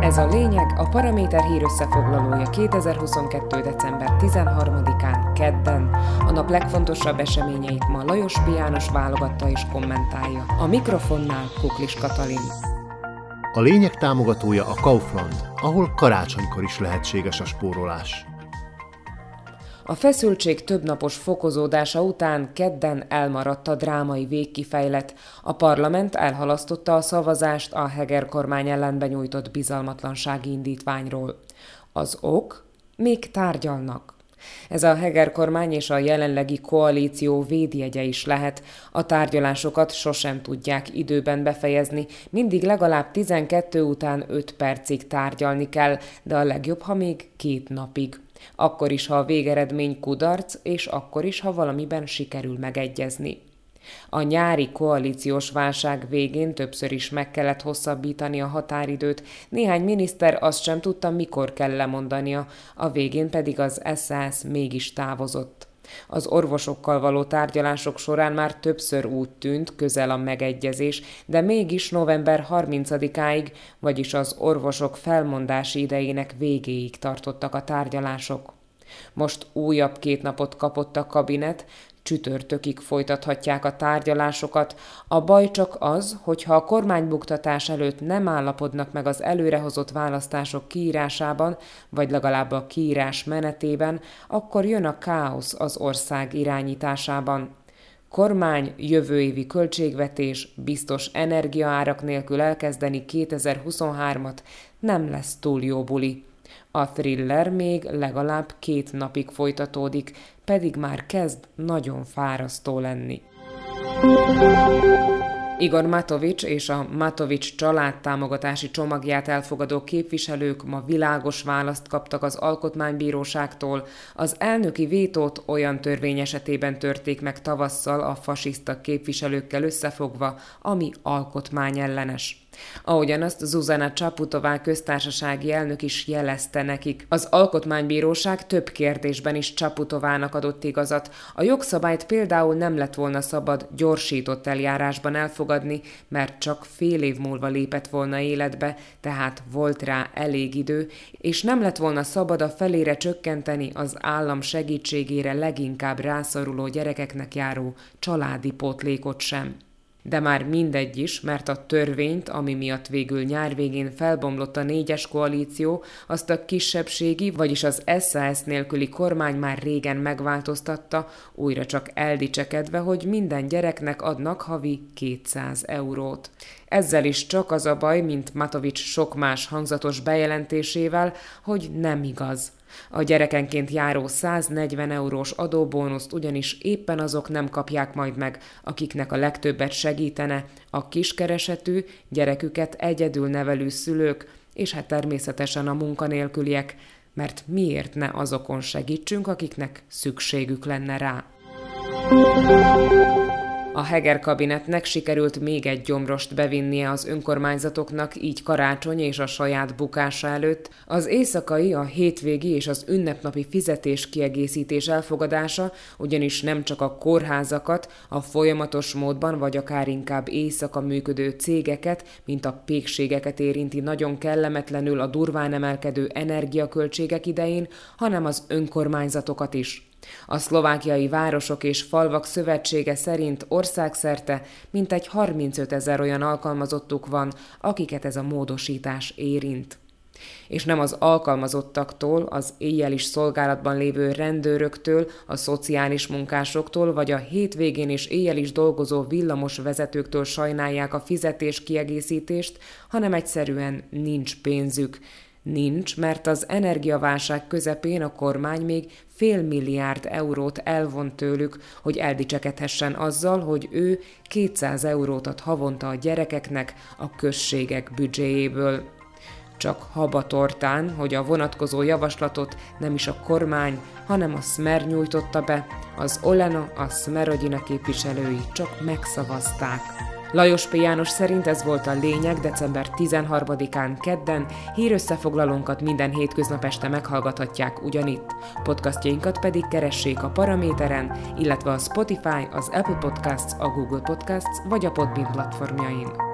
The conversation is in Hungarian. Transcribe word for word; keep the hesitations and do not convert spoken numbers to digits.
Ez a lényeg, a Paraméter hír összefoglalója kétezer-huszonkettő. december tizenharmadikán, kedden. A nap legfontosabb eseményeit ma Lajos P. János válogatta és kommentálja. A mikrofonnál Kuklis Katalin. A lényeg támogatója a Kaufland, ahol karácsonykor is lehetséges a spórolás. A feszültség többnapos fokozódása után kedden elmaradt a drámai végkifejlet. A parlament elhalasztotta a szavazást a Heger kormány ellen benyújtott bizalmatlansági indítványról. Az ok? Még tárgyalnak. Ez a Heger kormány és a jelenlegi koalíció védjegye is lehet. A tárgyalásokat sosem tudják időben befejezni, mindig legalább tizenkettő után öt percig tárgyalni kell, de a legjobb, ha még két napig. Akkor is, ha a végeredmény kudarc, és akkor is, ha valamiben sikerül megegyezni. A nyári koalíciós válság végén többször is meg kellett hosszabbítani a határidőt, néhány miniszter azt sem tudta, mikor kell lemondania, a végén pedig az es zé es mégis távozott. Az orvosokkal való tárgyalások során már többször úgy tűnt, közel a megegyezés, de mégis november harmincadikáig, vagyis az orvosok felmondási idejének végéig tartottak a tárgyalások. Most újabb két napot kapott a kabinet, csütörtökig folytathatják a tárgyalásokat. A baj csak az, hogyha a kormánybuktatás előtt nem állapodnak meg az előrehozott választások kiírásában, vagy legalább a kiírás menetében, akkor jön a káosz az ország irányításában. Kormány, jövő évi költségvetés, biztos energiaárak nélkül elkezdeni kétezer-huszonhármat nem lesz túl jó buli. A thriller még legalább két napig folytatódik, pedig már kezd nagyon fárasztó lenni. Igor Matovics és a Matovics családtámogatási csomagját elfogadó képviselők ma világos választ kaptak az Alkotmánybíróságtól. Az elnöki vétót olyan törvény esetében törték meg tavasszal a fasiszta képviselőkkel összefogva, ami alkotmányellenes. Ahogyan azt Zuzana Csaputová köztársasági elnök is jelezte nekik. Az Alkotmánybíróság több kérdésben is Csaputovának adott igazat. A jogszabályt például nem lett volna szabad gyorsított eljárásban elfogadni, mert csak fél év múlva lépett volna életbe, tehát volt rá elég idő, és nem lett volna szabad a felére csökkenteni az állam segítségére leginkább rászoruló gyerekeknek járó családi pótlékot sem. De már mindegy is, mert a törvényt, ami miatt végül nyár végén felbomlott a négyes koalíció, azt a kisebbségi, vagyis az es zé es nélküli kormány már régen megváltoztatta, újra csak eldicsekedve, hogy minden gyereknek adnak havi kétszáz eurót. Ezzel is csak az a baj, mint Matovics sok más hangzatos bejelentésével, hogy nem igaz. A gyerekenként járó száznegyven eurós adóbónuszt ugyanis éppen azok nem kapják majd meg, akiknek a legtöbbet segítene a kiskeresetű, gyereküket egyedül nevelő szülők, és hát természetesen a munkanélküliek, mert miért ne azokon segítsünk, akiknek szükségük lenne rá. A Heger kabinetnek sikerült még egy gyomrost bevinnie az önkormányzatoknak, így karácsony és a saját bukása előtt. Az éjszakai, a hétvégi és az ünnepnapi fizetéskiegészítés elfogadása ugyanis nem csak a kórházakat, a folyamatos módban vagy akár inkább éjszaka működő cégeket, mint a pékségeket érinti nagyon kellemetlenül a durván emelkedő energiaköltségek idején, hanem az önkormányzatokat is. A szlovákiai városok és falvak szövetsége szerint országszerte mintegy harmincötezer olyan alkalmazottuk van, akiket ez a módosítás érint. És nem az alkalmazottaktól, az éjjel is szolgálatban lévő rendőröktől, a szociális munkásoktól vagy a hétvégén és éjjel is dolgozó villamos vezetőktől sajnálják a fizetéskiegészítést, hanem egyszerűen nincs pénzük. Nincs, mert az energiaválság közepén a kormány még fél milliárd eurót elvont tőlük, hogy eldicsekedhessen azzal, hogy ő kétszáz eurót ad havonta a gyerekeknek a községek büdzséjéből. Csak habatortán, hogy a vonatkozó javaslatot nem is a kormány, hanem a Smer nyújtotta be, az Oleno, a Smerodina képviselői csak megszavazták. Lajos P. János szerint ez volt a lényeg december tizenharmadikán kedden, hírösszefoglalónkat minden hétköznap este meghallgathatják ugyanitt. Podcastjainkat pedig keressék a Paraméteren, illetve a Spotify, az Apple Podcasts, a Google Podcasts vagy a Podbean platformjain.